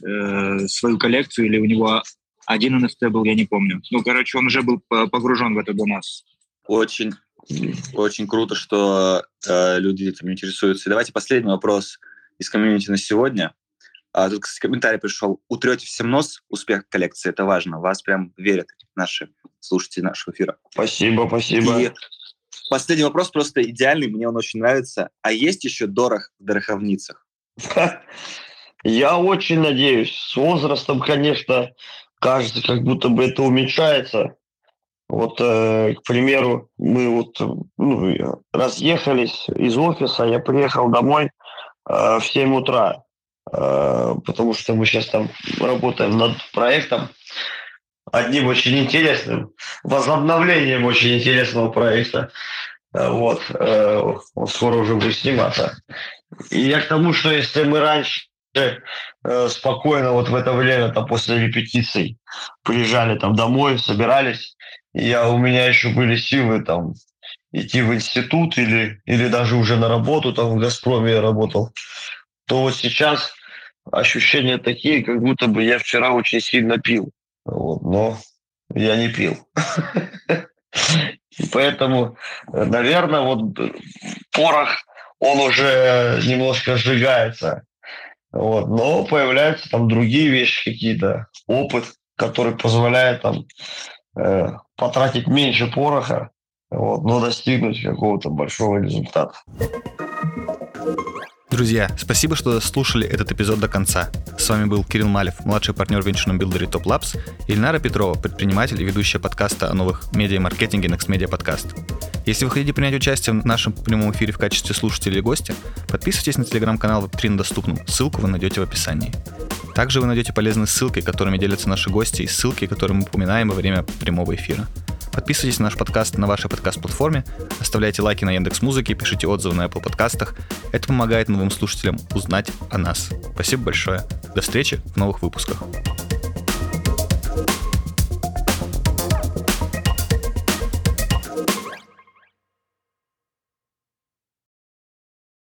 B: свою коллекцию, или у него один NFT был, я не помню. Ну, короче, он уже был погружен в это до нас.
E: Очень круто, что люди этим интересуются. И давайте последний вопрос из комьюнити на сегодня. Тут комментарий пришел. Утрете всем нос, успех коллекции, это важно. Вас прям верят наши слушатели нашего эфира.
C: Спасибо.
E: И последний вопрос просто идеальный, мне он очень нравится. А есть еще Дорох в Дороховницах?
C: Я очень надеюсь. С возрастом, конечно, кажется, как будто бы это уменьшается. Вот, к примеру, мы разъехались из офиса, я приехал домой в 7 утра, потому что мы сейчас там работаем над проектом, одним очень интересным, возобновлением очень интересного проекта. Вот, он скоро уже будет сниматься. И я к тому, что если мы раньше спокойно вот в это время там после репетиций приезжали там домой, собирались, у меня еще были силы там идти в институт или даже уже на работу, там в «Газпроме» я работал, то вот сейчас ощущения такие, как будто бы я вчера очень сильно пил. Вот, но я не пил. И поэтому, наверное, вот порох, он уже немножко сжигается. Вот, но появляются там другие вещи какие-то, опыт, который позволяет там потратить меньше пороха, вот, но достигнуть какого-то большого результата.
A: Друзья, спасибо, что слушали этот эпизод до конца. С вами был Кирилл Малев, младший партнер в венчурном билдере Top Labs, и Ильнара Петрова, предприниматель и ведущая подкаста о новых медиа и маркетинге Next Media Podcast. Если вы хотите принять участие в нашем прямом эфире в качестве слушателя или гостя, подписывайтесь на телеграм-канал Web3 на доступном. Ссылку вы найдете в описании. Также вы найдете полезные ссылки, которыми делятся наши гости, и ссылки, которые мы упоминаем во время прямого эфира. Подписывайтесь на наш подкаст на вашей подкаст-платформе, оставляйте лайки на Яндекс.Музыке, пишите отзывы на Apple подкастах. Это помогает новым слушателям узнать о нас. Спасибо большое. До встречи в новых выпусках.